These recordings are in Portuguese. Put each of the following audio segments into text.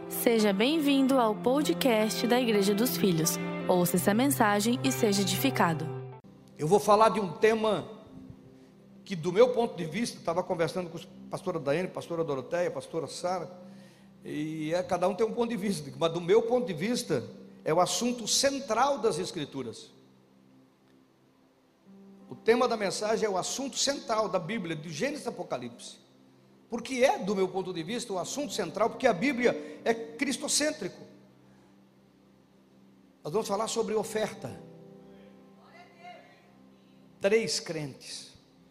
Seja bem-vindo ao podcast da Igreja dos Filhos. Ouça essa mensagem e seja edificado. Eu vou falar de um tema que, do meu ponto de vista, estava conversando com a pastora Daiane, pastora Doroteia, pastora Sara, e cada um tem um ponto de vista, mas do meu ponto de vista, é o assunto central das Escrituras. O tema da mensagem é o assunto central da Bíblia, de Gênesis e Apocalipse. Porque é, do meu ponto de vista, o assunto central, porque a Bíblia é cristocêntrico. Nós vamos falar sobre oferta. 3 crentes.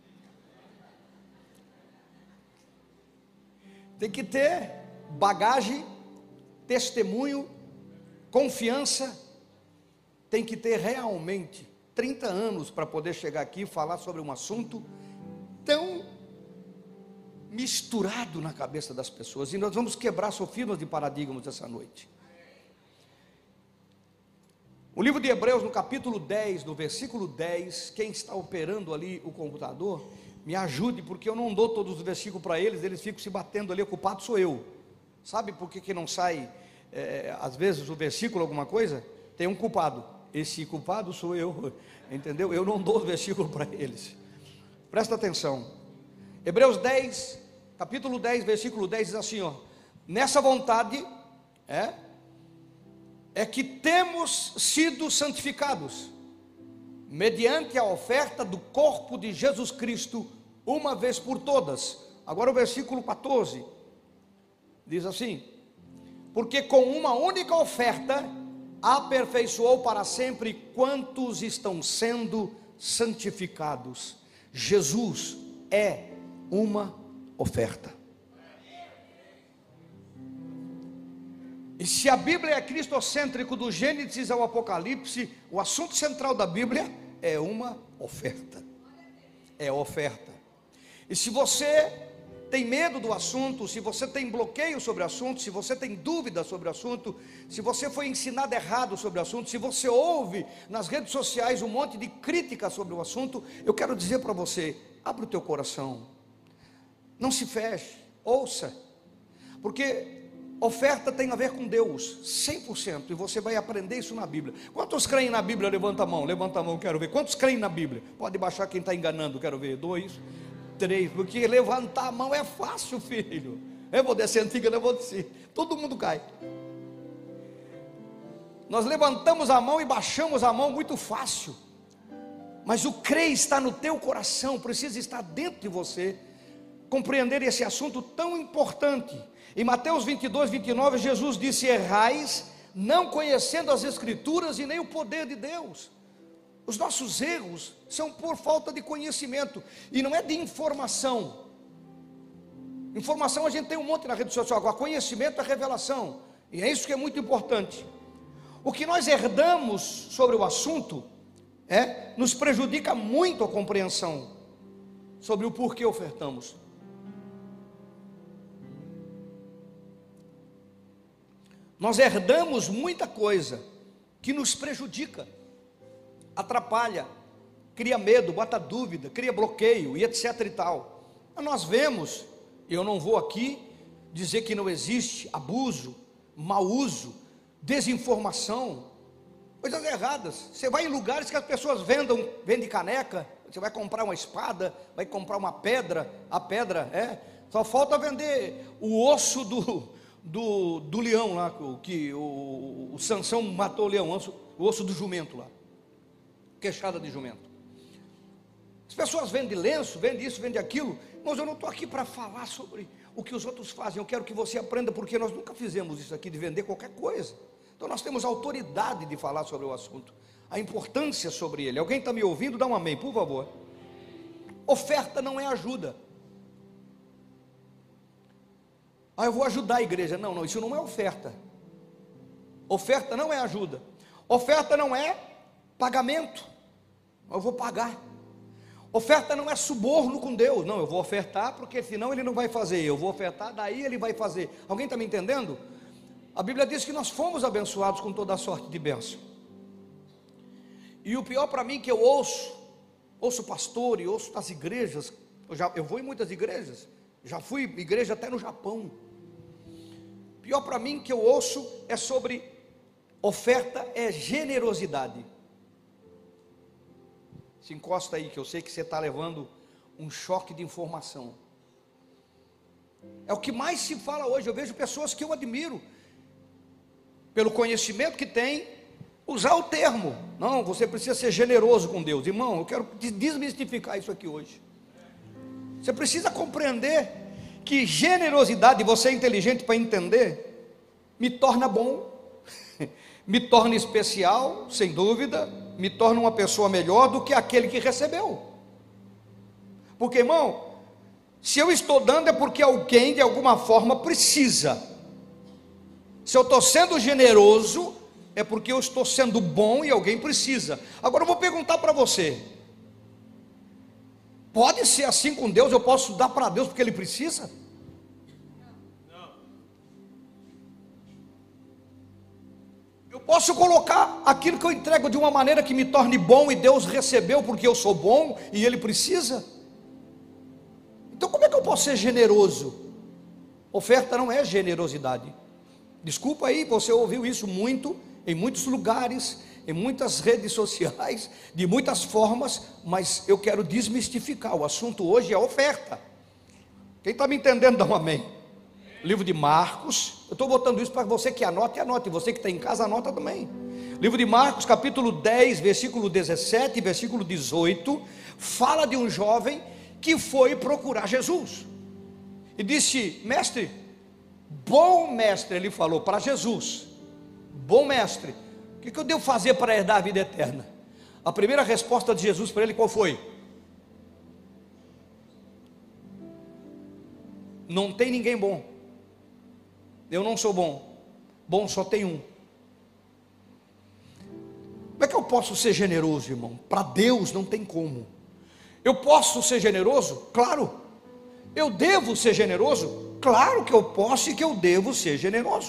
Tem que ter bagagem, testemunho, confiança. Tem que ter realmente 30 anos para poder chegar aqui e falar sobre um assunto tão misturado na cabeça das pessoas. E nós vamos quebrar sofismas de paradigmas essa noite. O livro de Hebreus, no capítulo 10, no versículo 10, quem está operando ali o computador, me ajude, porque eu não dou todos os versículos para eles ficam se batendo ali, o culpado sou eu. Sabe por que não sai, às vezes, o versículo, alguma coisa? Tem um culpado, esse culpado sou eu, entendeu? Eu não dou o versículo para eles. Presta atenção. Hebreus 10, capítulo 10, versículo 10 diz assim, ó: nessa vontade é que temos sido santificados, mediante a oferta do corpo de Jesus Cristo, uma vez por todas. Agora o versículo 14, diz assim: porque com uma única oferta, aperfeiçoou para sempre quantos estão sendo santificados. Jesus é uma oferta. E se a Bíblia é cristocêntrico do Gênesis ao Apocalipse, o assunto central da Bíblia é uma oferta. É oferta. E se você tem medo do assunto, se você tem bloqueio sobre o assunto, se você tem dúvida sobre o assunto, se você foi ensinado errado sobre o assunto, se você ouve nas redes sociais um monte de crítica sobre o assunto, eu quero dizer para você: abre o teu coração, não se feche, ouça, porque oferta tem a ver com Deus, 100%, e você vai aprender isso na Bíblia. Quantos creem na Bíblia? Levanta a mão, quero ver. Quantos creem na Bíblia? Pode baixar quem está enganando, quero ver. 2, 3, porque levantar a mão é fácil, filho. Eu vou descer antiga, não vou descer, todo mundo cai. Nós levantamos a mão e baixamos a mão muito fácil, mas o crer está no teu coração, precisa estar dentro de você, compreender esse assunto tão importante. Em Mateus 22, 29, Jesus disse: errais, não conhecendo as Escrituras e nem o poder de Deus. Os nossos erros são por falta de conhecimento, e não é de informação. Informação a gente tem um monte na rede social, agora conhecimento é revelação, e é isso que é muito importante. O que nós herdamos sobre o assunto nos prejudica muito a compreensão sobre o porquê ofertamos. Nós herdamos muita coisa que nos prejudica, atrapalha, cria medo, bota dúvida, cria bloqueio e etc e tal. Mas nós vemos, eu não vou aqui dizer que não existe abuso, mau uso, desinformação, coisas erradas. Você vai em lugares que as pessoas vendem caneca, você vai comprar uma espada, vai comprar uma pedra, a pedra só falta vender o osso do leão lá, que o Sansão matou o leão, o osso do jumento lá, queixada de jumento. As pessoas vendem lenço, vendem isso, vendem aquilo, mas eu não estou aqui para falar sobre o que os outros fazem. Eu quero que você aprenda, porque nós nunca fizemos isso aqui de vender qualquer coisa. Então nós temos autoridade de falar sobre o assunto, a importância sobre ele. Alguém está me ouvindo? Dá um amém, por favor. Oferta não é ajuda. Eu vou ajudar a igreja. Não, isso não é oferta. Oferta não é ajuda. Oferta não é pagamento. Eu vou pagar. Oferta não é suborno com Deus. Não, eu vou ofertar porque senão ele não vai fazer. Eu vou ofertar, daí ele vai fazer. Alguém está me entendendo? A Bíblia diz que nós fomos abençoados com toda a sorte de bênção. E o pior para mim que eu ouço pastor e ouço das igrejas. Eu vou em muitas igrejas. Já fui igreja até no Japão. pior para mim que eu ouço é sobre oferta é generosidade. Se encosta aí, que eu sei que você está levando um choque de informação. É o que mais se fala hoje. Eu vejo pessoas que eu admiro, pelo conhecimento que tem, usar o termo: não, você precisa ser generoso com Deus. Irmão, eu quero desmistificar isso aqui hoje. Você precisa compreender que generosidade, você é inteligente para entender, me torna bom, me torna especial, sem dúvida, me torna uma pessoa melhor do que aquele que recebeu. Porque, irmão, se eu estou dando é porque alguém de alguma forma precisa. Se eu estou sendo generoso é porque eu estou sendo bom e alguém precisa. Agora eu vou perguntar para você: pode ser assim com Deus? Eu posso dar para Deus porque Ele precisa? Eu posso colocar aquilo que eu entrego de uma maneira que me torne bom e Deus recebeu porque eu sou bom e Ele precisa? Então como é que eu posso ser generoso? Oferta não é generosidade. Desculpa aí, você ouviu isso muito, em muitos lugares, em muitas redes sociais, de muitas formas, mas eu quero desmistificar. O assunto hoje é oferta. Quem está me entendendo, dá um amém. Livro de Marcos, eu estou botando isso para você que anote, anote. Você que está em casa, anota também. Livro de Marcos, capítulo 10, versículo 17 e versículo 18, fala de um jovem que foi procurar Jesus. E disse: mestre, bom mestre, ele falou para Jesus: bom mestre, o que eu devo fazer para herdar a vida eterna? A primeira resposta de Jesus para ele qual foi? Não tem ninguém bom. Eu não sou bom. Bom só tem um. Como é que eu posso ser generoso, irmão? Para Deus não tem como. Eu posso ser generoso? Claro. Eu devo ser generoso? Claro que eu posso e que eu devo ser generoso.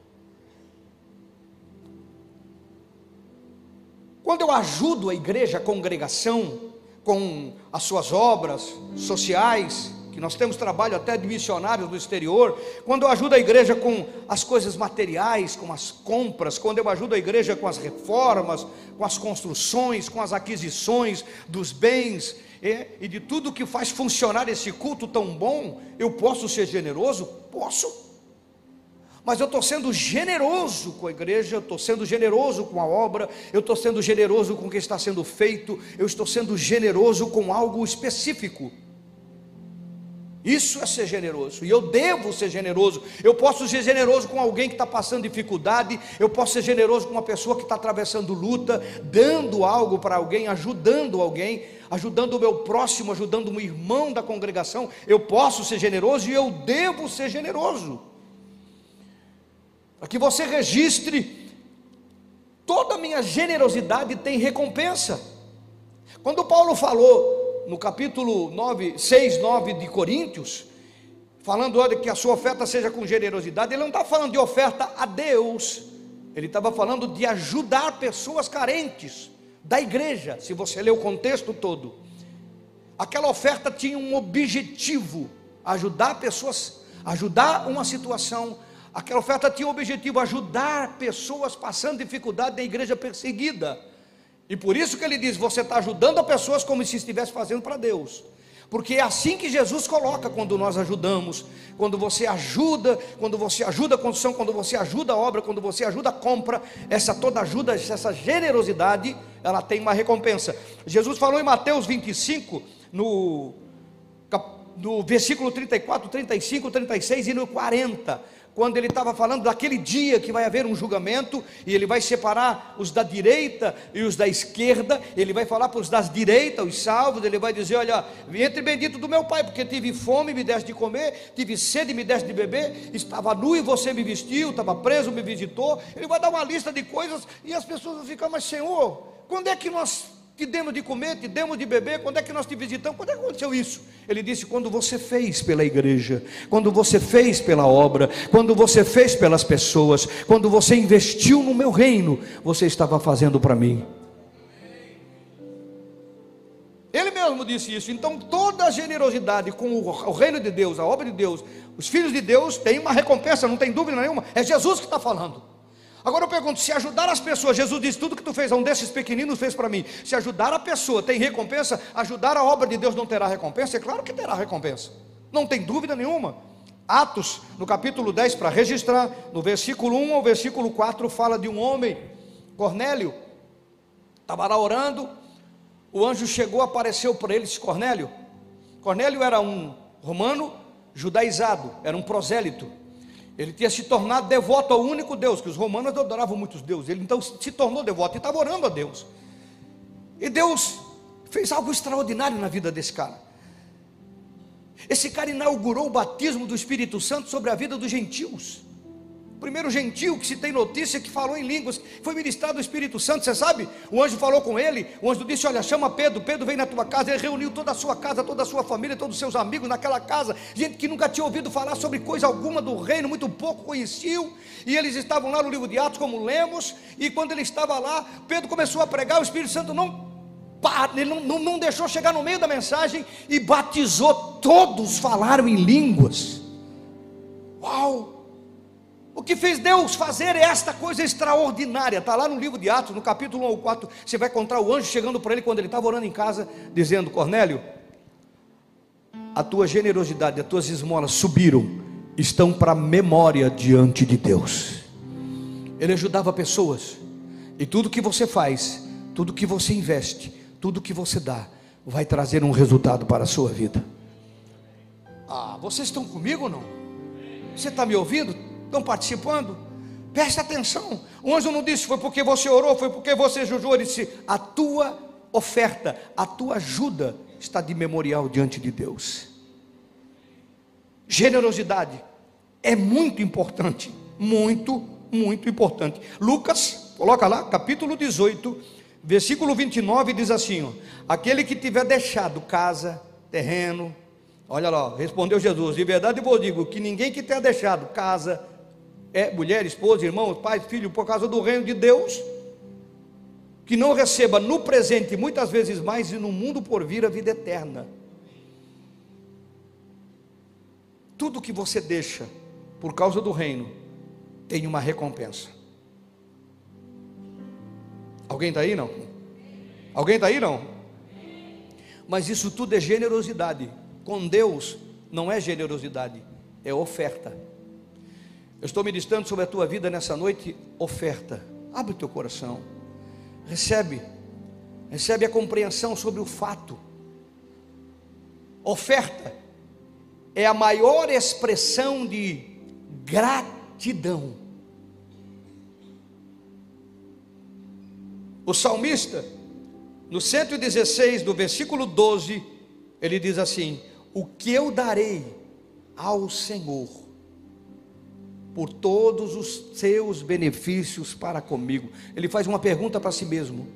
Quando eu ajudo a igreja, a congregação, com as suas obras sociais, que nós temos trabalho até de missionários no exterior, quando eu ajudo a igreja com as coisas materiais, com as compras, quando eu ajudo a igreja com as reformas, com as construções, com as aquisições dos bens, e de tudo que faz funcionar esse culto tão bom, eu posso ser generoso? Posso. Mas eu estou sendo generoso com a igreja, eu estou sendo generoso com a obra, eu estou sendo generoso com o que está sendo feito, eu estou sendo generoso com algo específico. Isso é ser generoso, e eu devo ser generoso. Eu posso ser generoso com alguém que está passando dificuldade, eu posso ser generoso com uma pessoa que está atravessando luta, dando algo para alguém, ajudando alguém, ajudando o meu próximo, ajudando um irmão da congregação. Eu posso ser generoso e eu devo ser generoso. Para que você registre, toda a minha generosidade tem recompensa. Quando Paulo falou no capítulo 6, 9 de Coríntios, falando olha, que a sua oferta seja com generosidade, ele não está falando de oferta a Deus, ele estava falando de ajudar pessoas carentes da igreja. Se você ler o contexto todo, aquela oferta tinha um objetivo: ajudar pessoas, ajudar uma situação. Aquela oferta tinha o objetivo: ajudar pessoas passando dificuldade na igreja perseguida. E por isso que ele diz: você está ajudando a pessoas como se estivesse fazendo para Deus. Porque é assim que Jesus coloca quando nós ajudamos. Quando você ajuda a construção, quando você ajuda a obra, quando você ajuda a compra, essa toda ajuda, essa generosidade, ela tem uma recompensa. Jesus falou em Mateus 25, no versículo 34, 35, 36 e no 40, quando ele estava falando daquele dia que vai haver um julgamento, e ele vai separar os da direita e os da esquerda. Ele vai falar para os da direita, os salvos, ele vai dizer: olha, entre bendito do meu Pai, porque tive fome, me deste de comer, tive sede, me deste de beber, estava nu e você me vestiu, estava preso, me visitou. Ele vai dar uma lista de coisas, e as pessoas vão ficar: mas Senhor, quando é que nós te demos de comer, te demos de beber, quando é que nós te visitamos, quando é que aconteceu isso? Ele disse: quando você fez pela igreja, quando você fez pela obra, quando você fez pelas pessoas, quando você investiu no meu reino, você estava fazendo para mim. Ele mesmo disse isso. Então toda a generosidade com o reino de Deus, a obra de Deus, Os filhos de Deus têm uma recompensa, não tem dúvida nenhuma. É Jesus que está falando. Agora eu pergunto, se ajudar as pessoas, Jesus diz, tudo que tu fez a um desses pequeninos fez para mim. Se ajudar a pessoa tem recompensa, ajudar a obra de Deus não terá recompensa? É claro que terá recompensa, não tem dúvida nenhuma. Atos, no capítulo 10, para registrar, no versículo 1 ao versículo 4, fala de um homem, Cornélio, estava lá orando, o anjo chegou, apareceu para ele, disse, Cornélio. Cornélio era um romano judaizado, era um prosélito. Ele tinha se tornado devoto ao único Deus, que os romanos adoravam muitos deuses. Ele então se tornou devoto e estava orando a Deus. E Deus fez algo extraordinário na vida desse cara. Esse cara inaugurou o batismo do Espírito Santo sobre a vida dos gentios. O primeiro gentio que se tem notícia que falou em línguas, foi ministrado o Espírito Santo, você sabe? O anjo falou com ele, o anjo disse, olha, chama Pedro, Pedro vem na tua casa. Ele reuniu toda a sua casa, toda a sua família, todos os seus amigos naquela casa, gente que nunca tinha ouvido falar sobre coisa alguma do reino, muito pouco conheciam, e eles estavam lá no livro de Atos, como lemos, e quando ele estava lá, Pedro começou a pregar, o Espírito Santo ele não deixou chegar no meio da mensagem, e batizou, todos falaram em línguas. Uau! O que fez Deus fazer esta coisa extraordinária, está lá no livro de Atos, no capítulo 1 ao 4, você vai encontrar o anjo chegando para ele, quando ele estava orando em casa, dizendo, Cornélio, a tua generosidade, as tuas esmolas subiram, estão para memória diante de Deus. Ele ajudava pessoas, e tudo que você faz, tudo que você investe, tudo que você dá, vai trazer um resultado para a sua vida. Vocês estão comigo ou não? Você está me ouvindo? Estão participando? Preste atenção. O anjo não disse, foi porque você orou, foi porque você jejuou. Ele disse, a tua oferta, a tua ajuda está de memorial diante de Deus. Generosidade é muito importante, muito, muito importante. Lucas, coloca lá, capítulo 18, versículo 29, diz assim, ó, aquele que tiver deixado casa, terreno, olha lá, respondeu Jesus, de verdade eu vos digo, que ninguém que tenha deixado casa, mulher, esposa, irmãos, pai, filho, por causa do reino de Deus, que não receba no presente, muitas vezes mais, e no mundo por vir a vida eterna. Tudo que você deixa, por causa do reino, tem uma recompensa. Alguém está aí não? Alguém está aí não? Mas isso tudo é generosidade. Com Deus não é generosidade, é oferta. Eu estou ministrando sobre a tua vida nessa noite, oferta. Abre o teu coração, recebe a compreensão sobre o fato. Oferta é a maior expressão de gratidão. O salmista, no 116, do versículo 12, ele diz assim, o que eu darei ao Senhor, por todos os seus benefícios para comigo. Ele faz uma pergunta para si mesmo.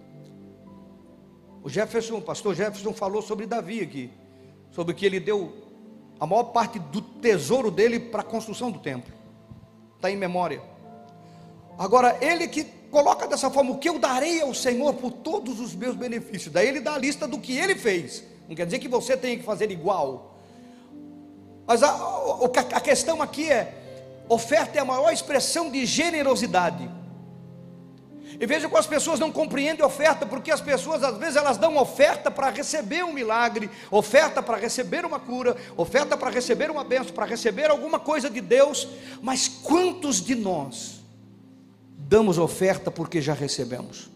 O pastor Jefferson falou sobre Davi aqui, sobre que ele deu a maior parte do tesouro dele para a construção do templo, está em memória. Agora ele que coloca dessa forma, o que eu darei ao Senhor por todos os meus benefícios, daí ele dá a lista do que ele fez, não quer dizer que você tenha que fazer igual, mas a questão aqui é, oferta é a maior expressão de generosidade. E veja como as pessoas não compreendem oferta, porque as pessoas às vezes elas dão oferta para receber um milagre, oferta para receber uma cura, oferta para receber uma bênção, para receber alguma coisa de Deus. Mas quantos de nós damos oferta porque já recebemos?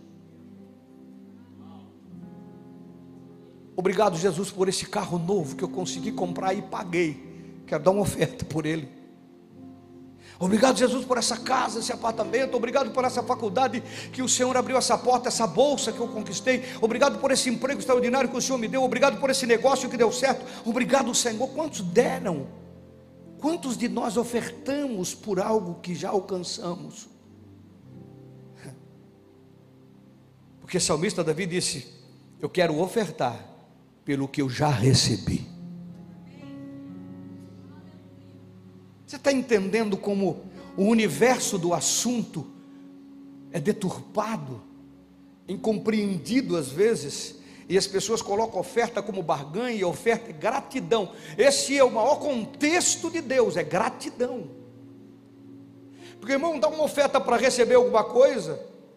Obrigado, Jesus, por esse carro novo que eu consegui comprar e paguei, quero dar uma oferta por ele. Obrigado, Jesus, por essa casa, esse apartamento. Obrigado por essa faculdade que o Senhor abriu, essa porta, essa bolsa que eu conquistei. Obrigado por esse emprego extraordinário que o Senhor me deu. Obrigado por esse negócio que deu certo. Obrigado, Senhor. Quantos deram? Quantos de nós ofertamos por algo que já alcançamos? Porque o salmista Davi disse, eu quero ofertar pelo que eu já recebi. Você está entendendo como o universo do assunto é deturpado, incompreendido às vezes? E as pessoas colocam oferta como barganha, e oferta é gratidão. Esse é o maior contexto de Deus, é gratidão. Porque, irmão, dá uma oferta para receber alguma coisa.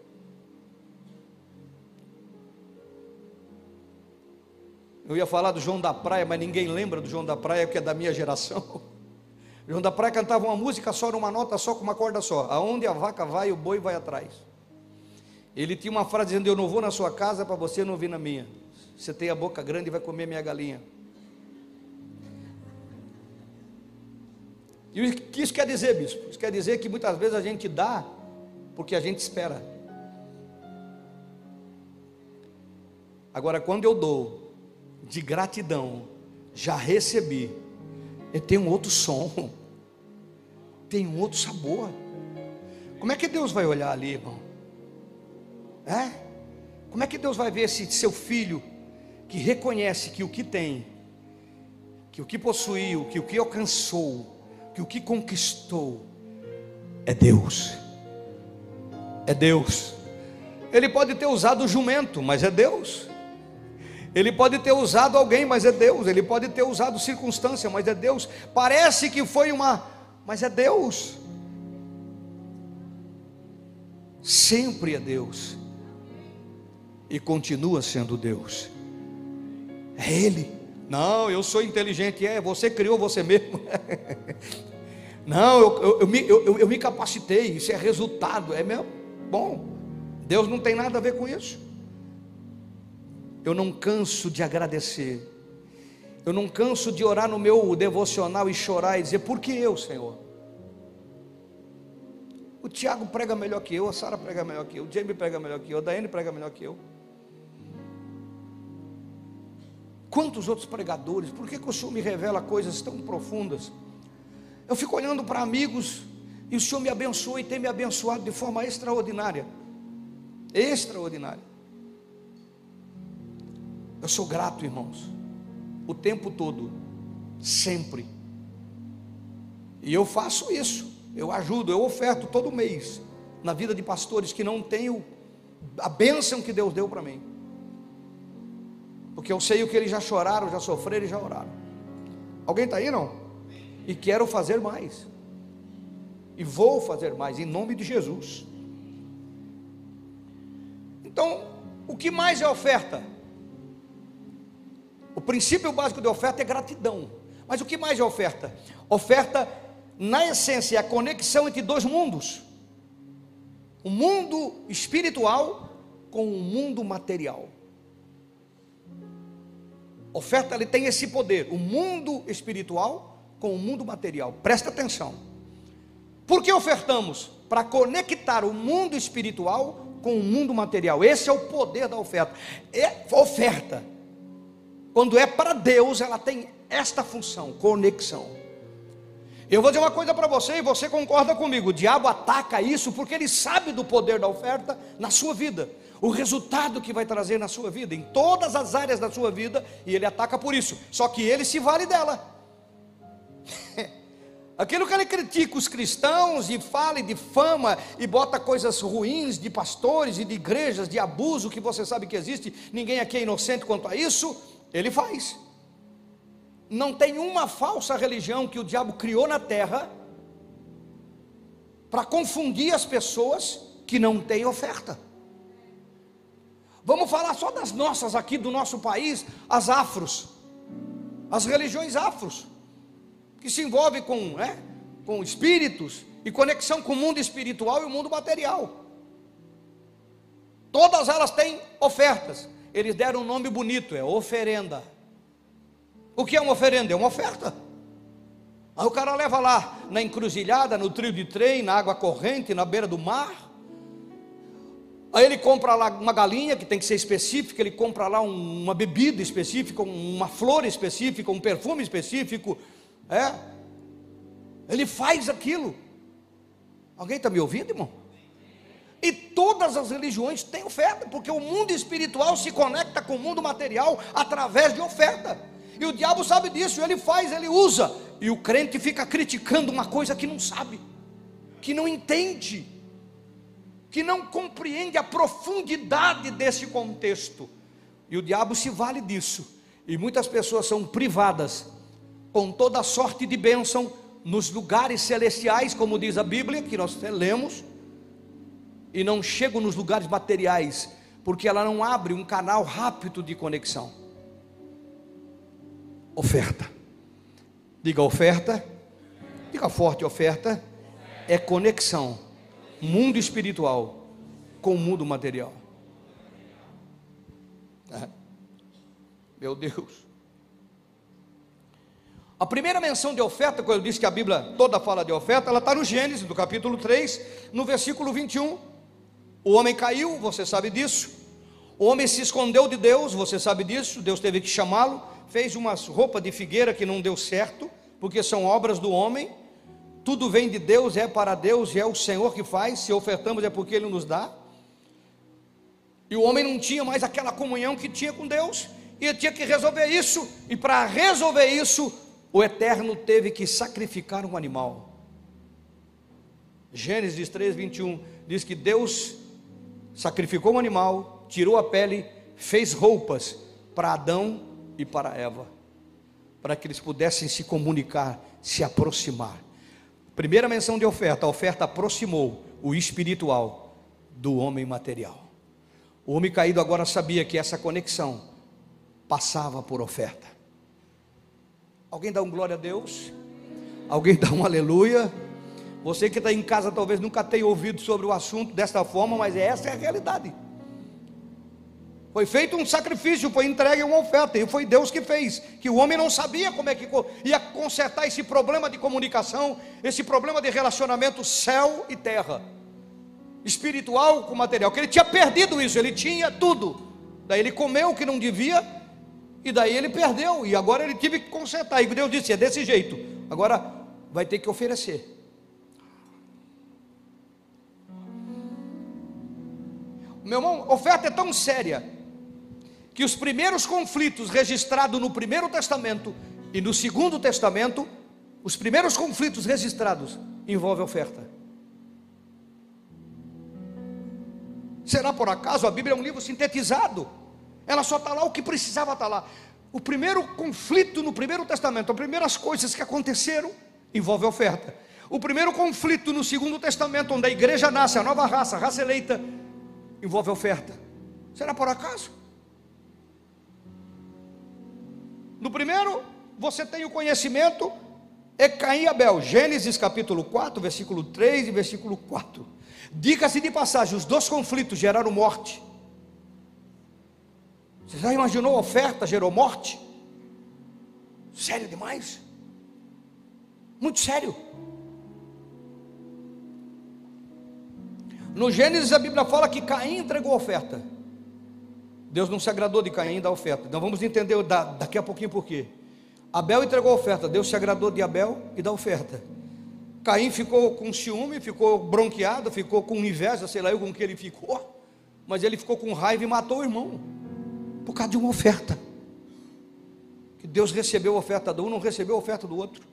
Eu ia falar do João da Praia, mas ninguém lembra do João da Praia, porque é da minha geração. O João da Praia cantava uma música só, numa nota só, com uma corda só: aonde a vaca vai, o boi vai atrás. Ele tinha uma frase dizendo: eu não vou na sua casa para você não vir na minha. Você tem a boca grande e vai comer minha galinha. E o que isso quer dizer, bispo? Isso quer dizer que muitas vezes a gente dá porque a gente espera. Agora, quando eu dou de gratidão, já recebi, tem um outro som, tem um outro sabor. Como é que Deus vai olhar ali, irmão? Como é que Deus vai ver esse seu filho que reconhece que o que tem, que o que possuiu, que o que alcançou, que o que conquistou é Deus? É Deus. Ele pode ter usado o jumento, mas é Deus. Ele pode ter usado alguém, mas é Deus. Ele pode ter usado circunstância, mas é Deus. Parece que foi mas é Deus. Sempre é Deus. E continua sendo Deus. É Ele. Não, eu sou inteligente. Você criou você mesmo. Não, eu me capacitei. Isso é resultado. É mesmo? Bom, Deus não tem nada a ver com isso. Eu não canso de agradecer. Eu não canso de orar no meu devocional e chorar e dizer: por que eu, Senhor? O Tiago prega melhor que eu, a Sara prega melhor que eu, o Jamie prega melhor que eu, a Daiane prega melhor que eu. Quantos outros pregadores? Por que o Senhor me revela coisas tão profundas? Eu fico olhando para amigos e o Senhor me abençoa e tem me abençoado de forma extraordinária. Extraordinária. Eu sou grato, irmãos, o tempo todo, sempre. E eu faço isso, eu ajudo, eu oferto todo mês na vida de pastores que não têm a bênção que Deus deu para mim. Porque eu sei o que eles já choraram, já sofreram e já oraram. Alguém está aí, não? E quero fazer mais. E vou fazer mais, em nome de Jesus. Então, o que mais é oferta? O princípio básico de oferta é gratidão. Mas o que mais é oferta? Oferta, na essência, é a conexão entre dois mundos: o mundo espiritual com o mundo material. Oferta, ele tem esse poder: o mundo espiritual com o mundo material. Presta atenção. Por que ofertamos? Para conectar o mundo espiritual com o mundo material. Esse é o poder da oferta. Oferta, quando é para Deus, ela tem esta função: conexão. Eu vou dizer uma coisa para você, e você concorda comigo: o diabo ataca isso porque ele sabe do poder da oferta na sua vida, o resultado que vai trazer na sua vida, em todas as áreas da sua vida, e ele ataca por isso. Só que ele se vale dela. Aquilo que ele critica os cristãos e fala e difama e bota coisas ruins de pastores e de igrejas, de abuso que você sabe que existe, ninguém aqui é inocente quanto a isso, ele faz. Não tem uma falsa religião que o diabo criou na terra para confundir as pessoas que não têm oferta. Vamos falar só das nossas aqui, do nosso país, as afros, as religiões afros, que se envolvem com espíritos e conexão com o mundo espiritual e o mundo material. Todas elas têm ofertas. Eles deram um nome bonito, é oferenda. O que é uma oferenda? É uma oferta. Aí o cara leva lá na encruzilhada, no trilho de trem, na água corrente, na beira do mar. Aí ele compra lá uma galinha que tem que ser específica, ele compra lá uma bebida específica, uma flor específica, um perfume específico. Ele faz aquilo. Alguém está me ouvindo, irmão? E todas as religiões têm oferta, porque o mundo espiritual se conecta com o mundo material através de oferta. E o diabo sabe disso, ele faz, ele usa. E o crente fica criticando uma coisa que não sabe, que não entende, que não compreende a profundidade desse contexto. E o diabo se vale disso. E muitas pessoas são privadas com toda sorte de bênção nos lugares celestiais, como diz a Bíblia, que nós lemos, e não chegam nos lugares materiais, porque ela não abre um canal rápido de conexão. Oferta. Diga oferta. Diga forte, oferta é conexão, mundo espiritual com o mundo material. Meu Deus. A primeira menção de oferta, quando eu disse que a Bíblia toda fala de oferta, ela está no Gênesis, do capítulo 3, no versículo 21. O homem caiu, você sabe disso. O homem se escondeu de Deus, você sabe disso. Deus teve que chamá-lo, fez umas roupas de figueira que não deu certo, porque são obras do homem. Tudo vem de Deus, é para Deus, e é o Senhor que faz. Se ofertamos é porque Ele nos dá. E o homem não tinha mais aquela comunhão que tinha com Deus, e ele tinha que resolver isso. E para resolver isso, o Eterno teve que sacrificar um animal. Gênesis 3, 21 diz que Deus sacrificou um animal, tirou a pele, fez roupas para Adão e para Eva, para que eles pudessem se comunicar, se aproximar. Primeira menção de oferta, a oferta aproximou o espiritual do homem material. O homem caído agora sabia que essa conexão passava por oferta. Alguém dá um glória a Deus? Alguém dá um aleluia? Você que está em casa talvez nunca tenha ouvido sobre o assunto desta forma, mas essa é a realidade. Foi feito um sacrifício, foi entregue uma oferta, e foi Deus que fez, que o homem não sabia como é que ia consertar esse problema de comunicação, esse problema de relacionamento céu e terra, espiritual com material, que ele tinha perdido isso, ele tinha tudo, daí ele comeu o que não devia, e daí ele perdeu, e agora ele teve que consertar, e Deus disse, é desse jeito, agora vai ter que oferecer. Meu irmão, oferta é tão séria, que os primeiros conflitos registrados no Primeiro Testamento e no Segundo Testamento, os primeiros conflitos registrados envolvem oferta. Será por acaso? A Bíblia é um livro sintetizado, ela só está lá o que precisava estar lá. O primeiro conflito no Primeiro Testamento, as primeiras coisas que aconteceram, envolve oferta. O primeiro conflito no Segundo Testamento, onde a igreja nasce, a nova raça, a raça eleita, envolve oferta. Será por acaso? No primeiro, você tem o conhecimento, é Caim e Abel, Gênesis capítulo 4, versículo 3 e versículo 4. Diga-se de passagem, os dois conflitos geraram morte. Você já imaginou a oferta gerou morte? Sério demais? Muito sério. No Gênesis a Bíblia fala que Caim entregou a oferta. Deus não se agradou de Caim da oferta. Então vamos entender daqui a pouquinho por quê. Abel entregou a oferta, Deus se agradou de Abel e da oferta. Caim ficou com ciúme, ficou bronqueado, ficou com inveja, sei lá eu com que ele ficou, mas ele ficou com raiva e matou o irmão, por causa de uma oferta, que Deus recebeu a oferta de um, não recebeu a oferta do outro.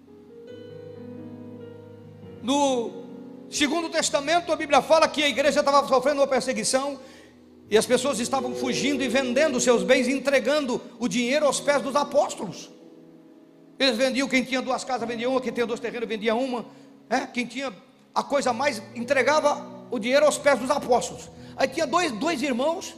No Segundo Testamento a Bíblia fala que a igreja estava sofrendo uma perseguição, e as pessoas estavam fugindo e vendendo seus bens, entregando o dinheiro aos pés dos apóstolos. Eles vendiam, quem tinha 2 casas vendia uma, quem tinha 2 terrenos vendia uma, quem tinha a coisa mais, entregava o dinheiro aos pés dos apóstolos. Aí tinha dois irmãos,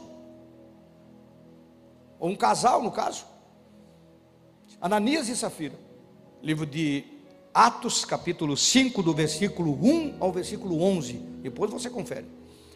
ou um casal no caso, Ananias e Safira. Livro de Atos capítulo 5, do versículo 1 ao versículo 11, depois você confere.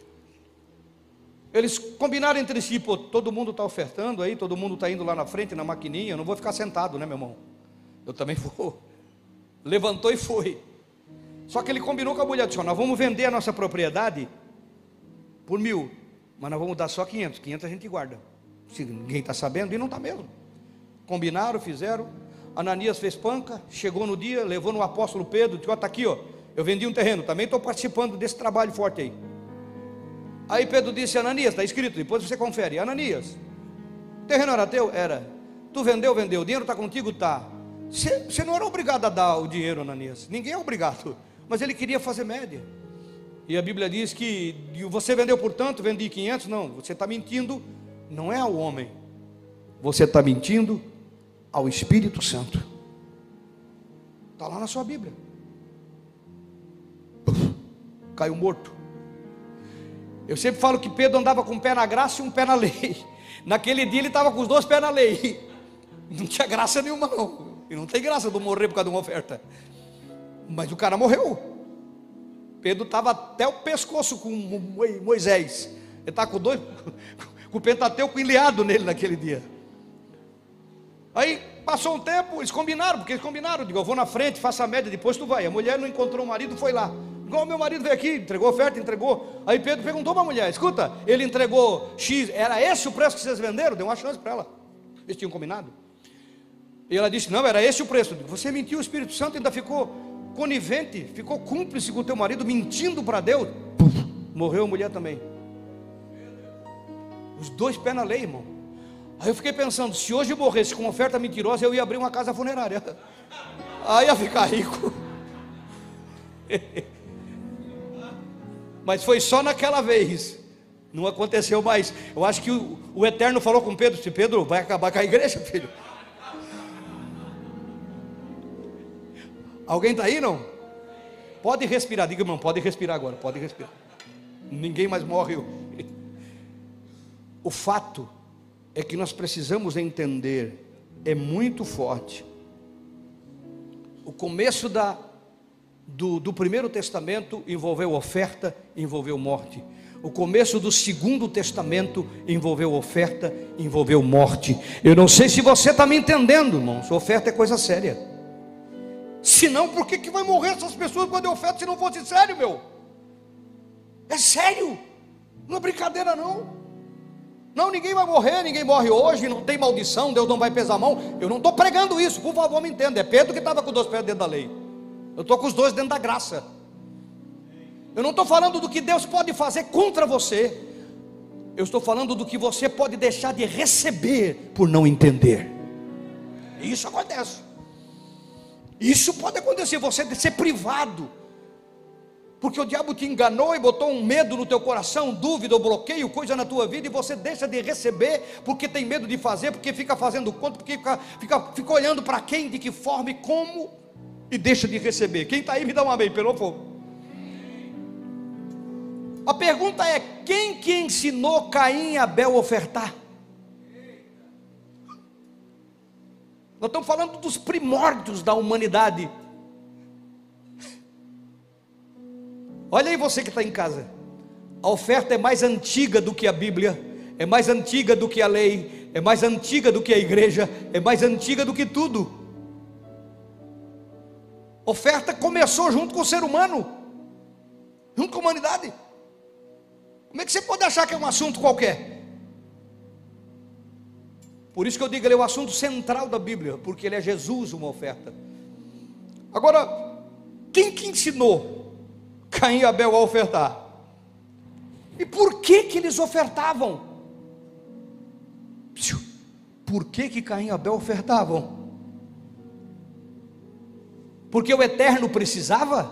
Eles combinaram entre si, pô, todo mundo está ofertando aí, todo mundo está indo lá na frente, na maquininha, eu não vou ficar sentado, né, meu irmão? Eu também vou. Levantou e foi. Só que ele combinou com a mulher, disse, nós vamos vender a nossa propriedade por 1.000, mas nós vamos dar só 500, 500 a gente guarda. Se ninguém está sabendo, e não está mesmo. Combinaram, fizeram. Ananias fez panca, chegou no dia, levou no apóstolo Pedro, disse, está aqui, ó, eu vendi um terreno, também estou participando desse trabalho forte aí. Aí Pedro disse, Ananias, está escrito, depois você confere, Ananias, o terreno era teu? Era. Tu vendeu, o dinheiro está contigo? Está. Você não era obrigado a dar o dinheiro, Ananias, ninguém é obrigado, mas ele queria fazer média. E a Bíblia diz que você vendeu por tanto, vendi 500, não, você está mentindo, não é ao homem. Você está mentindo ao Espírito Santo. Está lá na sua Bíblia. Caiu morto. Eu sempre falo que Pedro andava com um pé na graça e um pé na lei. Naquele dia ele estava com os 2 pés na lei. Não tinha graça nenhuma não. E não tem graça de morrer por causa de uma oferta. Mas o cara morreu. Pedro estava até o pescoço com Moisés. Ele estava com o Pentateuco enleado nele naquele dia. Aí passou um tempo, eles combinaram, digo, eu vou na frente, faça a média, depois tu vai. A mulher não encontrou o marido, foi lá. Igual meu marido veio aqui, entregou a oferta, entregou. Aí Pedro perguntou para a mulher, escuta, ele entregou X, era esse o preço que vocês venderam? Deu uma chance para ela. Eles tinham combinado. E ela disse, não, era esse o preço. Você mentiu, o Espírito Santo ainda ficou conivente, ficou cúmplice com o teu marido, mentindo para Deus. Puf, morreu a mulher também. Os 2 pés na lei, irmão. Aí eu fiquei pensando, se hoje eu morresse com oferta mentirosa, eu ia abrir uma casa funerária. Aí ia ficar rico. Mas foi só naquela vez. Não aconteceu mais. Eu acho que o Eterno falou com Pedro, disse, Pedro, vai acabar com a igreja, filho. Alguém está aí, não? Pode respirar, diga, irmão, pode respirar agora, pode respirar. Ninguém mais morre. O fato é que nós precisamos entender, é muito forte. O começo do Primeiro Testamento envolveu oferta, envolveu morte. O começo do Segundo Testamento envolveu oferta, envolveu morte. Eu não sei se você está me entendendo, irmãos. Oferta é coisa séria. Se não, por que vai morrer essas pessoas quando eu oferto se não fosse sério, meu? É sério, não é brincadeira não. Não, ninguém vai morrer, ninguém morre hoje, não tem maldição, Deus não vai pesar a mão. Eu não estou pregando isso, por favor me entenda. É Pedro que estava com 2 pés dentro da lei. Eu estou com os 2 dentro da graça. Eu não estou falando do que Deus pode fazer contra você. Eu estou falando do que você pode deixar de receber por não entender. E isso acontece. Isso pode acontecer, você ser privado. Porque o diabo te enganou e botou um medo no teu coração, dúvida ou bloqueio, coisa na tua vida, e você deixa de receber, porque tem medo de fazer, porque fica fazendo conta, porque fica olhando para quem, de que forma e como, e deixa de receber. Quem está aí me dá um amém, pelo fogo. A pergunta é, quem que ensinou Caim e Abel a ofertar? Nós estamos falando dos primórdios da humanidade. Olha aí você que está em casa. A oferta é mais antiga do que a Bíblia, é mais antiga do que a lei, é mais antiga do que a igreja, é mais antiga do que tudo. Oferta começou junto com o ser humano, junto com a humanidade. Como é que você pode achar que é um assunto qualquer? Por isso que eu digo, ele é o assunto central da Bíblia, porque ele é Jesus uma oferta. Agora, quem que ensinou Caim e Abel a ofertar? E por que eles ofertavam? Por que Caim e Abel ofertavam? Porque o Eterno precisava?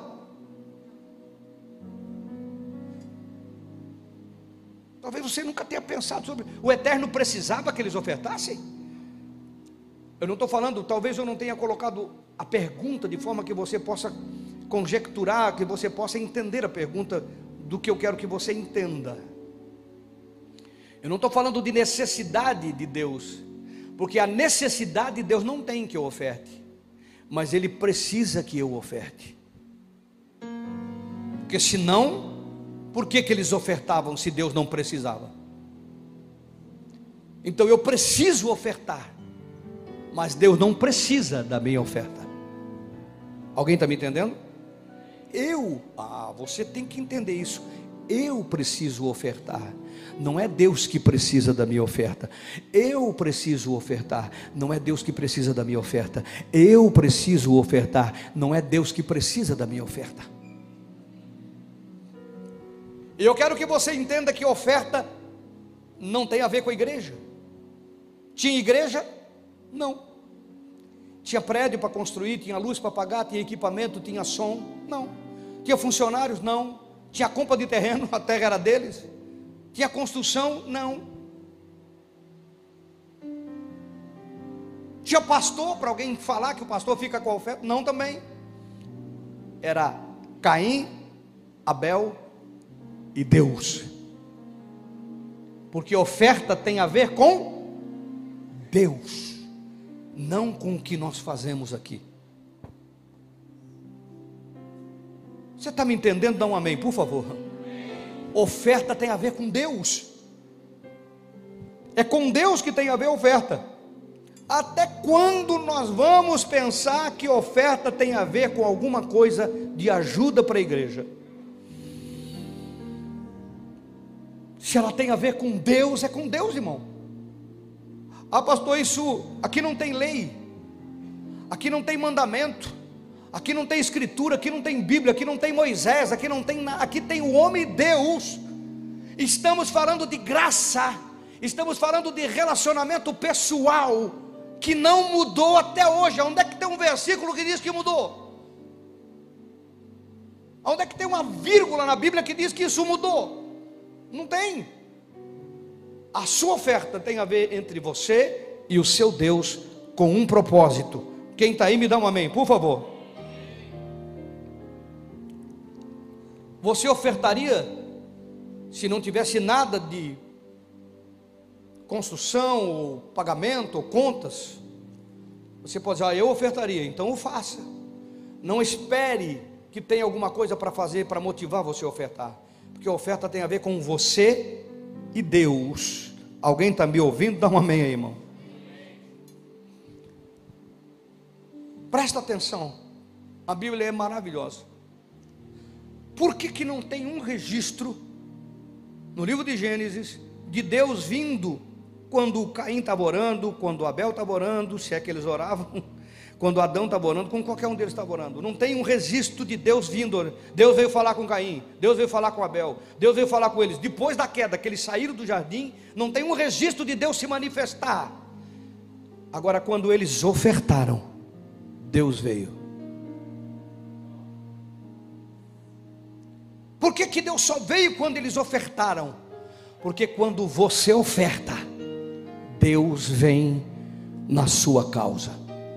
Talvez você nunca tenha pensado sobre. O Eterno precisava que eles ofertassem? Eu não estou falando, talvez eu não tenha colocado a pergunta de forma que você possa conjecturar, que você possa entender a pergunta do que eu quero que você entenda. Eu não estou falando de necessidade de Deus, porque a necessidade Deus não tem que eu oferte, mas Ele precisa que eu oferte. Porque senão, por que eles ofertavam se Deus não precisava? Então eu preciso ofertar, mas Deus não precisa da minha oferta. Alguém está me entendendo? Você tem que entender isso. Eu preciso ofertar, não é Deus que precisa da minha oferta. Eu preciso ofertar, não é Deus que precisa da minha oferta. Eu preciso ofertar, não é Deus que precisa da minha oferta. E eu quero que você entenda que oferta não tem a ver com a igreja. Tinha igreja? Não. Tinha prédio para construir, tinha luz para pagar, tinha equipamento, tinha som? Não. Tinha funcionários? Não. Tinha compra de terreno, a terra era deles? Tinha construção? Não. Tinha pastor, para alguém falar que o pastor fica com a oferta? Não, também. Era Caim, Abel e Deus. Porque oferta tem a ver com Deus, não com o que nós fazemos aqui. Você está me entendendo? Dá um amém, por favor. Oferta tem a ver com Deus. É com Deus que tem a ver a oferta. Até quando nós vamos pensar que oferta tem a ver com alguma coisa de ajuda para a igreja? Se ela tem a ver com Deus, é com Deus, irmão. Ah, pastor, isso aqui não tem lei, aqui não tem mandamento, aqui não tem escritura, aqui não tem Bíblia, aqui não tem Moisés, aqui não tem nada, aqui tem o homem Deus. Estamos falando de graça, estamos falando de relacionamento pessoal, que não mudou até hoje. Onde é que tem um versículo que diz que mudou? Onde é que tem uma vírgula na Bíblia que diz que isso mudou? Não tem. A sua oferta tem a ver entre você e o seu Deus, com um propósito. Quem está aí me dá um amém, por favor. Você ofertaria se não tivesse nada de construção, ou pagamento, ou contas? Você pode dizer, eu ofertaria, então o faça. Não espere que tenha alguma coisa para fazer, para motivar você a ofertar, porque a oferta tem a ver com você e Deus. Alguém está me ouvindo? Dá um amém aí, irmão. Presta atenção, a Bíblia é maravilhosa. Por que não tem um registro no livro de Gênesis de Deus vindo quando Caim estava orando, quando Abel estava orando, se é que eles oravam, quando Adão estava orando, como qualquer um deles estava orando? Não tem um registro de Deus vindo. Deus veio falar com Caim, Deus veio falar com Abel, Deus veio falar com eles. Depois da queda, que eles saíram do jardim, não tem um registro de Deus se manifestar. Agora, quando eles ofertaram, Deus veio. Por que Deus só veio quando eles ofertaram? Porque quando você oferta, Deus vem na sua causa.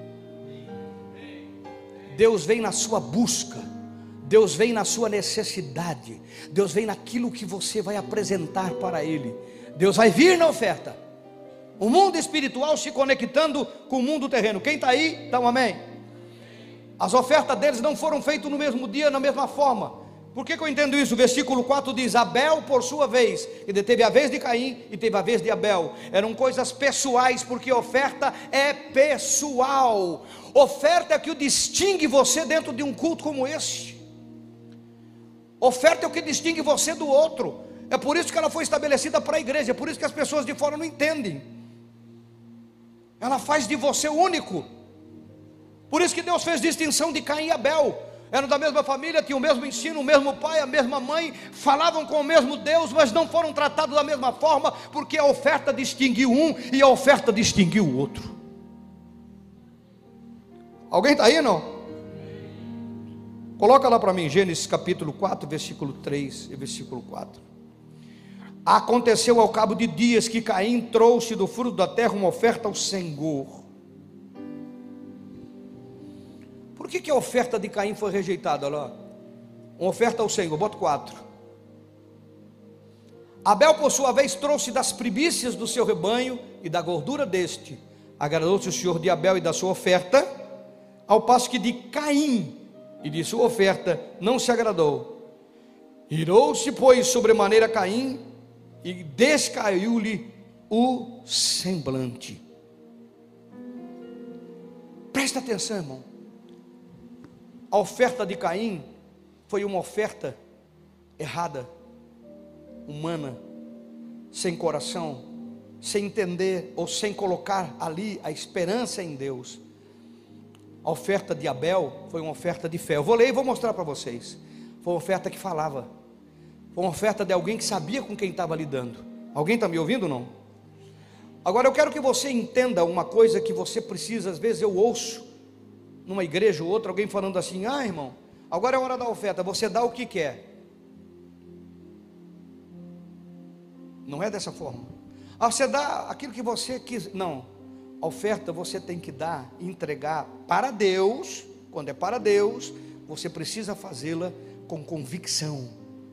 Deus vem na sua busca, Deus vem na sua necessidade, Deus vem naquilo que você vai apresentar para Ele. Deus vai vir na oferta. O mundo espiritual se conectando com o mundo terreno. Quem está aí, dá um amém. As ofertas deles não foram feitas no mesmo dia, na mesma forma. Por que eu entendo isso? O versículo 4 diz, Abel por sua vez, ele teve a vez de Caim e teve a vez de Abel. Eram coisas pessoais, porque oferta é pessoal. Oferta é o que distingue você dentro de um culto como esse. Oferta é o que distingue você do outro. É por isso que ela foi estabelecida para a igreja, é por isso que as pessoas de fora não entendem. Ela faz de você único. Por isso que Deus fez distinção de Caim e Abel. Eram da mesma família, tinham o mesmo ensino, o mesmo pai, a mesma mãe, falavam com o mesmo Deus, mas não foram tratados da mesma forma, porque a oferta distinguiu um e a oferta distinguiu o outro. Alguém está aí, não? Coloca lá para mim, Gênesis capítulo 4, versículo 3 e versículo 4. Aconteceu ao cabo de dias que Caim trouxe do fruto da terra uma oferta ao Senhor. Por que a oferta de Caim foi rejeitada? Olha lá, uma oferta ao Senhor, bota 4. Abel por sua vez trouxe das primícias do seu rebanho e da gordura deste. Agradou-se o Senhor de Abel e da sua oferta, ao passo que de Caim e de sua oferta não se agradou. Irou-se, pois, sobremaneira Caim, e descaiu-lhe o semblante. Presta atenção, irmão. A oferta de Caim foi uma oferta errada, humana, sem coração, sem entender ou sem colocar ali a esperança em Deus. A oferta de Abel foi uma oferta de fé. Eu vou ler e vou mostrar para vocês. Foi uma oferta que falava. Foi uma oferta de alguém que sabia com quem estava lidando. Alguém está me ouvindo ou não? Agora eu quero que você entenda uma coisa que você precisa. Às vezes eu ouço numa igreja ou outra alguém falando assim, irmão, agora é hora da oferta, você dá o que quer. Não é dessa forma. Você dá aquilo que você quis. Não, A oferta você tem que dar, entregar para Deus. Quando é para Deus, você precisa fazê-la com convicção,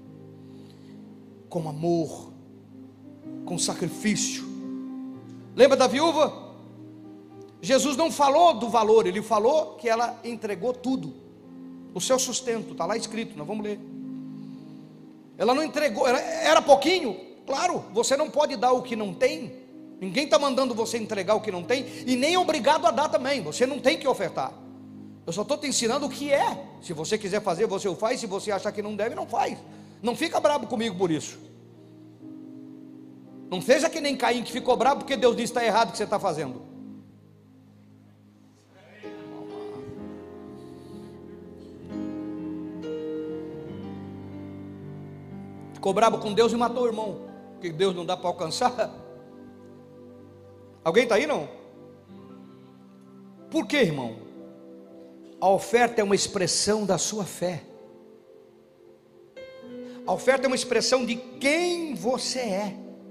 com amor, com sacrifício. Lembra da viúva? Jesus não falou do valor, ele falou que ela entregou tudo, o seu sustento, está lá escrito, nós vamos ler. Ela não entregou, era pouquinho, claro, você não pode dar o que não tem. Ninguém está mandando você entregar o que não tem, e nem é obrigado a dar também, você não tem que ofertar. Eu só estou te ensinando o que é. Se você quiser fazer, você o faz. Se você achar que não deve, não faz. Não fica bravo comigo por isso. Não seja que nem Caim, que ficou bravo porque Deus disse que está errado o que você está fazendo. Ficou bravo com Deus e matou o irmão, porque Deus não dá para alcançar. Alguém está aí, não? Por quê, irmão? A oferta é uma expressão da sua fé. A oferta é uma expressão de quem você é,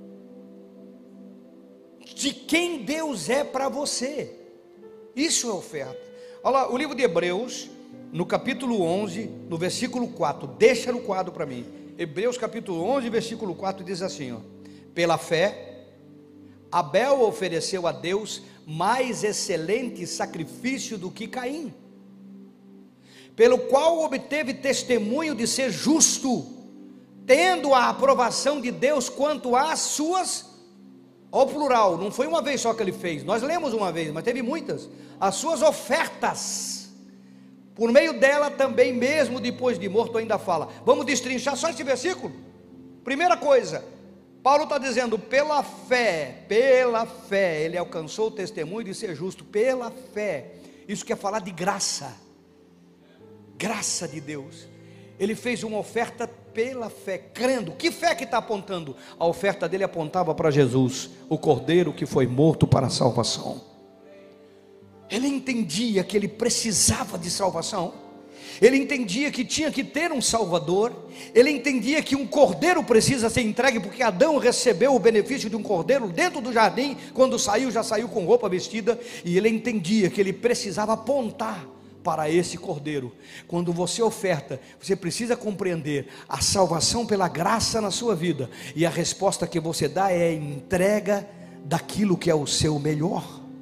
de quem Deus é para você. Isso é oferta. Olha lá, o livro de Hebreus, no capítulo 11, no versículo 4, deixa no quadro para mim. Hebreus capítulo 11, versículo 4 diz assim, ó: pela fé, Abel ofereceu a Deus mais excelente sacrifício do que Caim, pelo qual obteve testemunho de ser justo, tendo a aprovação de Deus quanto às suas, ao plural, não foi uma vez só que ele fez, nós lemos uma vez, mas teve muitas, as suas ofertas. Por meio dela também, mesmo depois de morto, ainda fala. Vamos destrinchar só esse versículo? Primeira coisa, Paulo está dizendo, pela fé, ele alcançou o testemunho de ser justo, pela fé. Isso quer falar de graça, graça de Deus. Ele fez uma oferta pela fé, crendo. Que fé que está apontando? A oferta dele apontava para Jesus, o Cordeiro que foi morto para a salvação. Ele entendia que ele precisava de salvação, ele entendia que tinha que ter um Salvador, ele entendia que um cordeiro precisa ser entregue, porque Adão recebeu o benefício de um cordeiro dentro do jardim, quando saiu, já saiu com roupa vestida, e ele entendia que ele precisava apontar para esse cordeiro. Quando você oferta, você precisa compreender a salvação pela graça na sua vida, e a resposta que você dá é a entrega daquilo que é o seu melhor.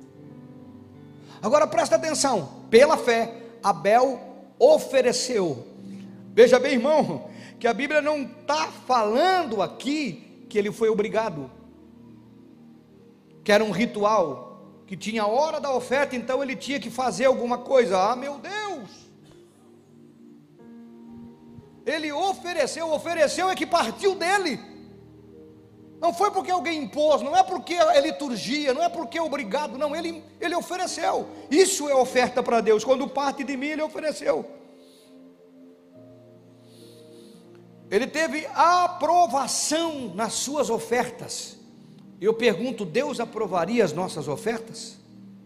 Agora presta atenção, pela fé, Abel ofereceu. Veja bem, irmão, que a Bíblia não está falando aqui que ele foi obrigado, que era um ritual, que tinha a hora da oferta, então ele tinha que fazer alguma coisa. Ah, meu Deus! Ele ofereceu é que partiu dele. Não foi porque alguém impôs, não é porque é liturgia, não é porque é obrigado, não, ele ofereceu. Isso é oferta para Deus. Quando parte de mim, ele ofereceu. Ele teve aprovação nas suas ofertas. Eu pergunto, Deus aprovaria as nossas ofertas?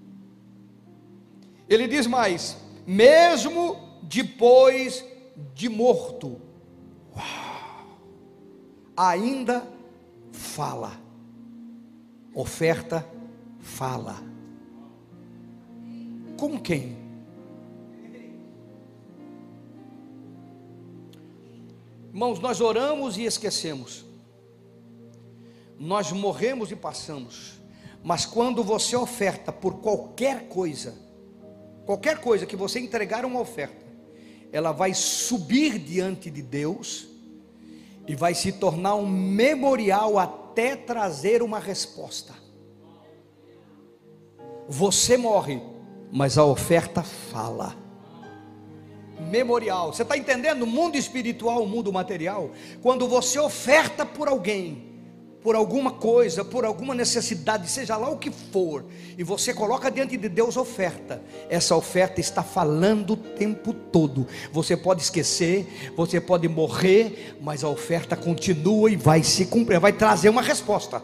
Ele diz mais, mesmo depois de morto, ainda fala. Oferta fala. Com quem? Irmãos, nós oramos e esquecemos, nós morremos e passamos, mas quando você oferta por qualquer coisa que você entregar uma oferta, ela vai subir diante de Deus e vai se tornar um memorial até trazer uma resposta. Você morre, mas a oferta fala. Memorial, você está entendendo? O mundo espiritual, o mundo material, quando você oferta por alguém, por alguma coisa, por alguma necessidade, seja lá o que for, e você coloca diante de Deus oferta, essa oferta está falando o tempo todo. Você pode esquecer, você pode morrer, mas a oferta continua e vai se cumprir, vai trazer uma resposta.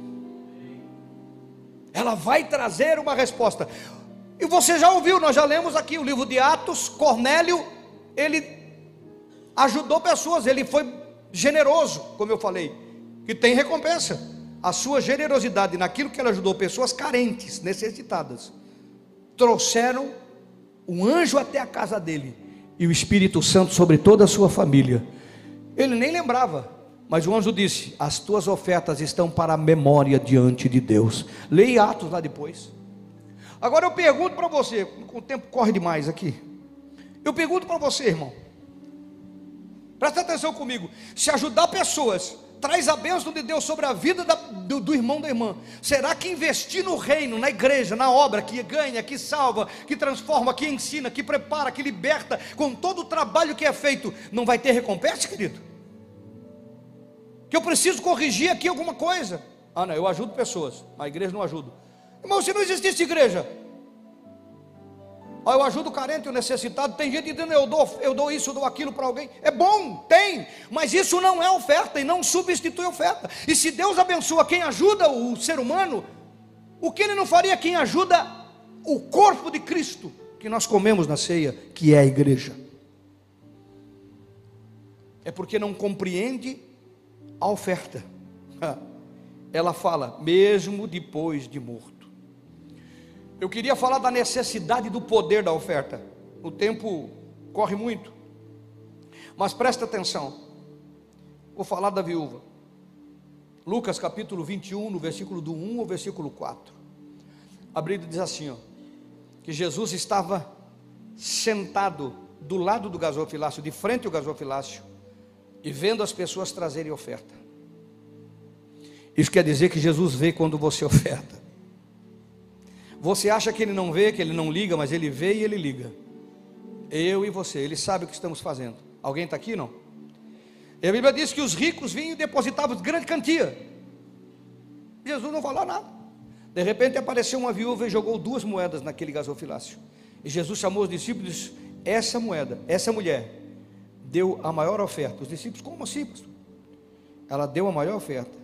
Ela vai trazer uma resposta. E você já ouviu, nós já lemos aqui o livro de Atos. Cornélio, ele ajudou pessoas, ele foi generoso, como eu falei, que tem recompensa. a sua generosidade naquilo que ela ajudou pessoas carentes, necessitadas, trouxeram um anjo até a casa dele e o Espírito Santo sobre toda a sua família. Ele nem lembrava, mas o anjo disse: as tuas ofertas estão para a memória diante de Deus. Leia Atos lá depois. Agora eu pergunto para você, o tempo corre demais aqui. Eu pergunto para você, irmão, presta atenção comigo. Se ajudar pessoas traz a bênção de Deus sobre a vida do irmão, da irmã, será que investir no reino, na igreja, na obra que ganha, que salva, que transforma, que ensina, que prepara, que liberta, com todo o trabalho que é feito, não vai ter recompensa, querido? Que eu preciso corrigir aqui alguma coisa. Ah, não, eu ajudo pessoas, a igreja não ajuda. Irmão, se não existisse igreja, eu ajudo o carente e o necessitado. Tem gente dizendo: eu dou isso, eu dou aquilo para alguém. É bom, tem, mas isso não é oferta e não substitui oferta. E se Deus abençoa quem ajuda o ser humano, o que Ele não faria quem ajuda o corpo de Cristo, que nós comemos na ceia, que é a igreja? É porque não compreende a oferta. Ela fala: mesmo depois de morto. Eu queria falar da necessidade do poder da oferta. O tempo corre muito, mas presta atenção. Vou falar da viúva. Lucas capítulo 21, no versículo do 1 ao versículo 4. A Bíblia diz assim, ó, que Jesus estava sentado do lado do gasofilácio, de frente ao gasofilácio, e vendo as pessoas trazerem oferta. Isso quer dizer que Jesus vê quando você oferta. Você acha que Ele não vê, que Ele não liga, mas Ele vê e Ele liga. Eu e você, Ele sabe o que estamos fazendo. Alguém está aqui, não? E a Bíblia diz que os ricos vinham e depositavam grande quantia. Jesus não falou nada. De repente apareceu uma viúva e jogou 2 moedas naquele gasofilácio. E Jesus chamou os discípulos e disse: essa moeda, essa mulher deu a maior oferta. Os discípulos: como assim, pastor? Ela deu a maior oferta,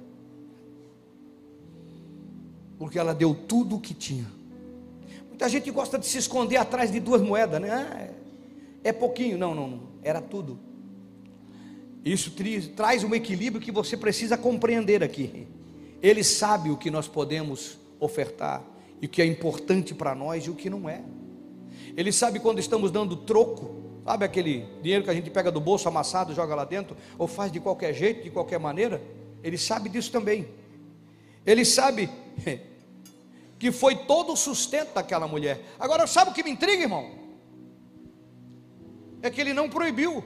porque ela deu tudo o que tinha. Muita gente gosta de se esconder atrás de 2 moedas, né? É pouquinho. Não, era tudo. Isso traz um equilíbrio que você precisa compreender aqui. Ele sabe o que nós podemos ofertar, e o que é importante para nós e o que não é. Ele sabe quando estamos dando troco. Sabe aquele dinheiro que a gente pega do bolso amassado, joga lá dentro, ou faz de qualquer jeito, de qualquer maneira? Ele sabe disso também. Ele sabe que foi todo o sustento daquela mulher. Agora, sabe o que me intriga, irmão? É que Ele não proibiu.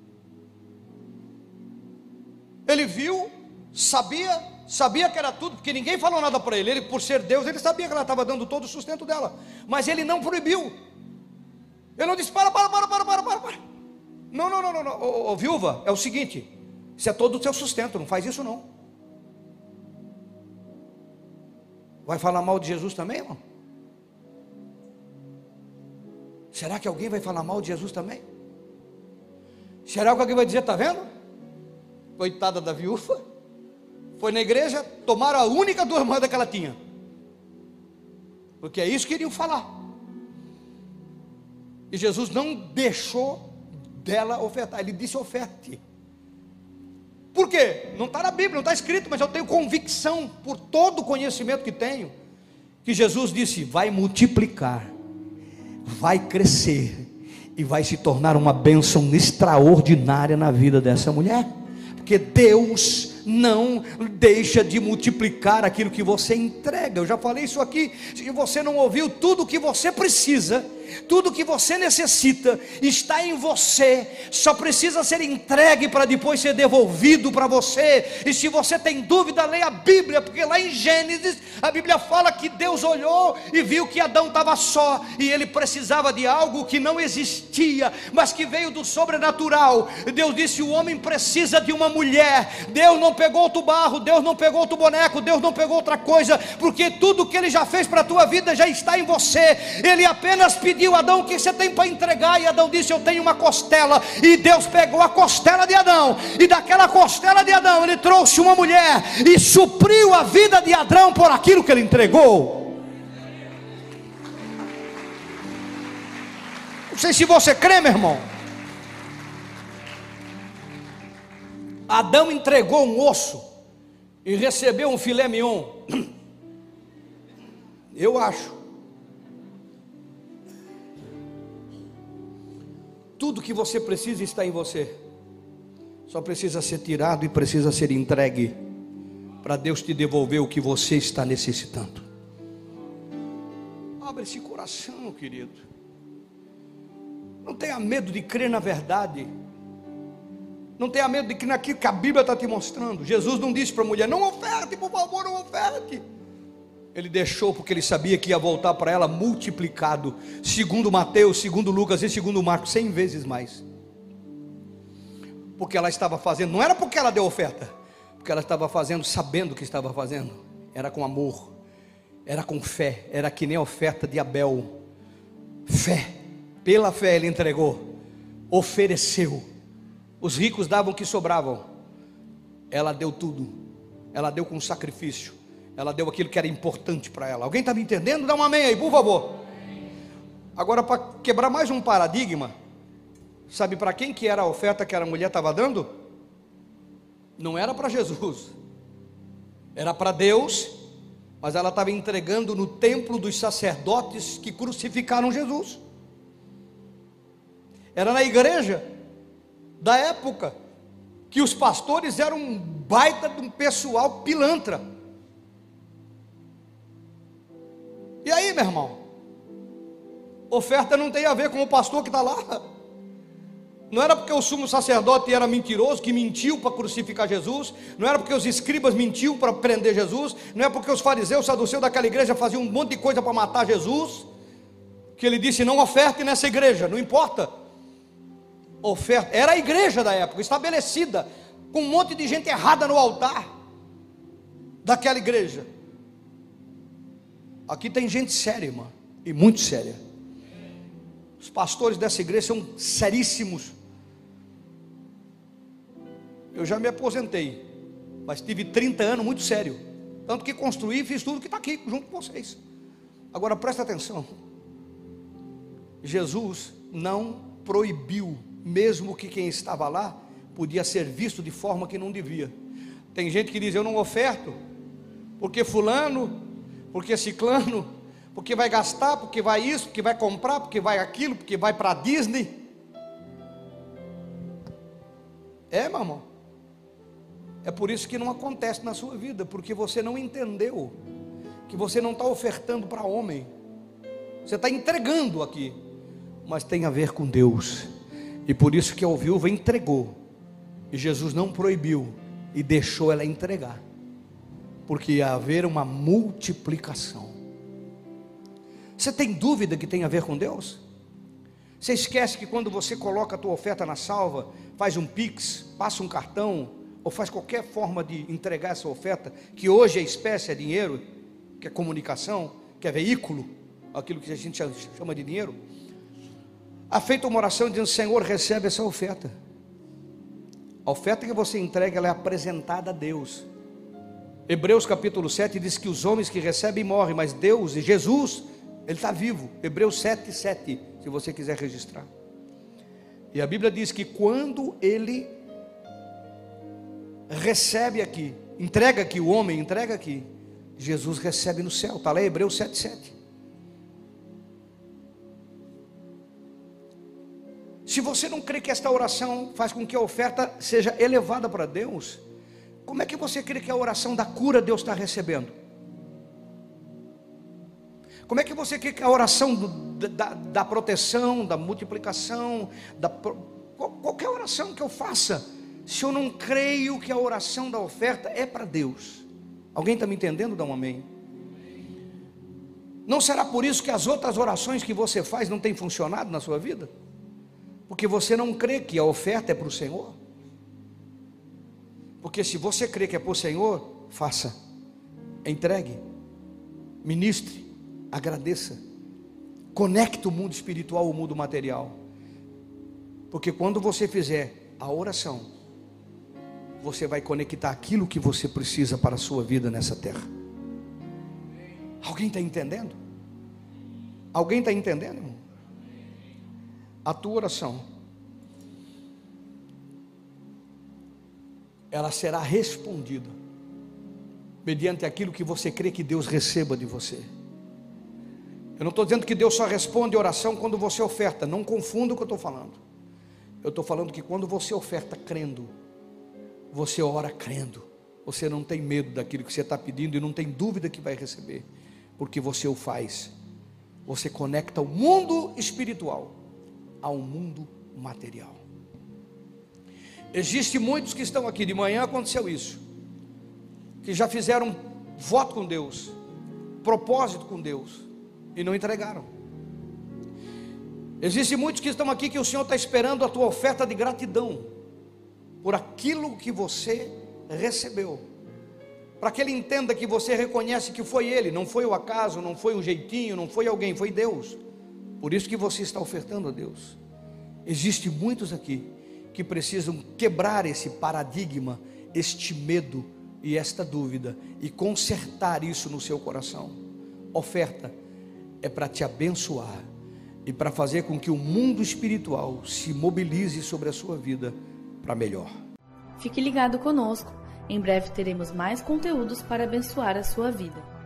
Ele viu, sabia que era tudo, porque ninguém falou nada para ele. Ele, por ser Deus, ele sabia que ela estava dando todo o sustento dela, mas Ele não proibiu. Ele não disse: para. Não, ô, viúva, é o seguinte, isso é todo o teu sustento, não faz isso não. Vai falar mal de Jesus também, irmão? Será que alguém vai falar mal de Jesus também? Será que alguém vai dizer: está vendo? Coitada da viúva, foi na igreja, tomaram a única 2 moedas que ela tinha, porque é isso que iriam falar. E Jesus não deixou dela ofertar. Ele disse: oferte. Por quê? Não está na Bíblia, não está escrito, mas eu tenho convicção, por todo o conhecimento que tenho, que Jesus disse: vai multiplicar, vai crescer, e vai se tornar uma bênção extraordinária na vida dessa mulher. Porque Deus não deixa de multiplicar aquilo que você entrega. Eu já falei isso aqui. Se você não ouviu, tudo o que você precisa, tudo o que você necessita está em você, só precisa ser entregue para depois ser devolvido para você. E se você tem dúvida, leia a Bíblia, porque lá em Gênesis a Bíblia fala que Deus olhou e viu que Adão estava só, e ele precisava de algo que não existia, mas que veio do sobrenatural. Deus disse: o homem precisa de uma mulher. Deus não pegou outro barro, Deus não pegou outro boneco, Deus não pegou outra coisa, porque tudo que Ele já fez para a tua vida já está em você. Ele apenas pediu: Adão, o que você tem para entregar? E Adão disse: eu tenho uma costela. E Deus pegou a costela de Adão, e daquela costela de Adão Ele trouxe uma mulher, e supriu a vida de Adão por aquilo que Ele entregou. Não sei se você crê, meu irmão. Adão entregou um osso, e receber um filé mignon? Eu acho. Tudo que você precisa está em você. Só precisa ser tirado e precisa ser entregue para Deus te devolver o que você está necessitando. Abre esse coração, querido. Não tenha medo de crer na verdade. Não tenha medo de crer naquilo que a Bíblia está te mostrando. Jesus não disse para a mulher: não oferte, por favor, não oferte. Ele deixou porque ele sabia que ia voltar para ela multiplicado, segundo Mateus, segundo Lucas e segundo Marcos, 100 vezes mais. Porque ela estava fazendo, não era porque ela deu oferta, porque ela estava fazendo sabendo o que estava fazendo. Era com amor, era com fé, era que nem a oferta de Abel. Fé, pela fé ele entregou, ofereceu. Os ricos davam o que sobravam, ela deu tudo, ela deu com sacrifício. Ela deu aquilo que era importante para ela. Alguém está me entendendo? Dá um amém aí, por favor. Agora, para quebrar mais um paradigma, sabe para quem que era a oferta que a mulher estava dando? Não era para Jesus, era para Deus, mas ela estava entregando no templo dos sacerdotes que crucificaram Jesus. Era na igreja da época que os pastores eram um baita de um pessoal pilantra. E aí, meu irmão, oferta não tem a ver com o pastor que está lá. Não era porque o sumo sacerdote era mentiroso, que mentiu para crucificar Jesus. Não era porque os escribas mentiu para prender Jesus. Não é porque os fariseus, saduceus daquela igreja faziam um monte de coisa para matar Jesus, que ele disse: não oferte nessa igreja. Não importa. Oferta, era a igreja da época, estabelecida, com um monte de gente errada no altar daquela igreja. Aqui tem gente séria, irmã, e muito séria. Os pastores dessa igreja são seríssimos. Eu já me aposentei, mas tive 30 anos muito sério. Tanto que construí e fiz tudo que está aqui junto com vocês. Agora presta atenção. Jesus não proibiu, mesmo que quem estava lá podia ser visto de forma que não devia. Tem gente que diz: eu não oferto porque fulano, porque ciclano, porque vai gastar, porque vai isso, porque vai comprar, porque vai aquilo, porque vai para a Disney. Meu irmão, é por isso que não acontece na sua vida, porque você não entendeu que você não está ofertando para homem, você está entregando aqui, mas tem a ver com Deus. E por isso que a viúva entregou, e Jesus não proibiu e deixou ela entregar, porque ia haver uma multiplicação. Você tem dúvida que tem a ver com Deus? Você esquece que quando você coloca a tua oferta na salva, faz um pix, passa um cartão, ou faz qualquer forma de entregar essa oferta, que hoje é espécie, é dinheiro, que é comunicação, que é veículo, aquilo que a gente chama de dinheiro, há feito uma oração dizendo: Senhor, recebe essa oferta. A oferta que você entrega, ela é apresentada a Deus. Hebreus capítulo 7 diz que os homens que recebem morrem, mas Deus e Jesus, Ele está vivo. Hebreus 7:7, se você quiser registrar. E a Bíblia diz que quando Ele recebe aqui, entrega aqui, o homem entrega aqui, Jesus recebe no céu. Está lá em Hebreus 7:7. Se você não crê que esta oração faz com que a oferta seja elevada para Deus, como é que você crê que a oração da cura Deus está recebendo? Como é que você crê que a oração da proteção, da multiplicação, qualquer oração que eu faça, se eu não creio que a oração da oferta é para Deus? Alguém está me entendendo? Dá um amém. Não será por isso que as outras orações que você faz não têm funcionado na sua vida? Porque você não crê que a oferta é para o Senhor? Porque se você crê que é para o Senhor, faça, entregue, ministre, agradeça, conecte o mundo espiritual ao mundo material. Porque quando você fizer a oração, você vai conectar aquilo que você precisa para a sua vida nessa terra. Alguém está entendendo? Alguém está entendendo, irmão? A tua oração, ela será respondida mediante aquilo que você crê que Deus receba de você. Eu não estou dizendo que Deus só responde oração quando você oferta, não confunda o que eu estou falando. Eu estou falando que quando você oferta crendo, você ora crendo, você não tem medo daquilo que você está pedindo e não tem dúvida que vai receber, porque você o faz. Você conecta o mundo espiritual ao mundo material. Existem muitos que estão aqui, de manhã aconteceu isso, que já fizeram voto com Deus, propósito com Deus, e não entregaram. Existem muitos que estão aqui que o Senhor está esperando a tua oferta de gratidão por aquilo que você recebeu, para que Ele entenda que você reconhece que foi Ele, não foi o acaso, não foi um jeitinho, não foi alguém, foi Deus. Por isso que você está ofertando a Deus. Existem muitos aqui que precisam quebrar esse paradigma, este medo e esta dúvida, e consertar isso no seu coração. Oferta é para te abençoar e para fazer com que o mundo espiritual se mobilize sobre a sua vida para melhor. Fique ligado conosco, em breve teremos mais conteúdos para abençoar a sua vida.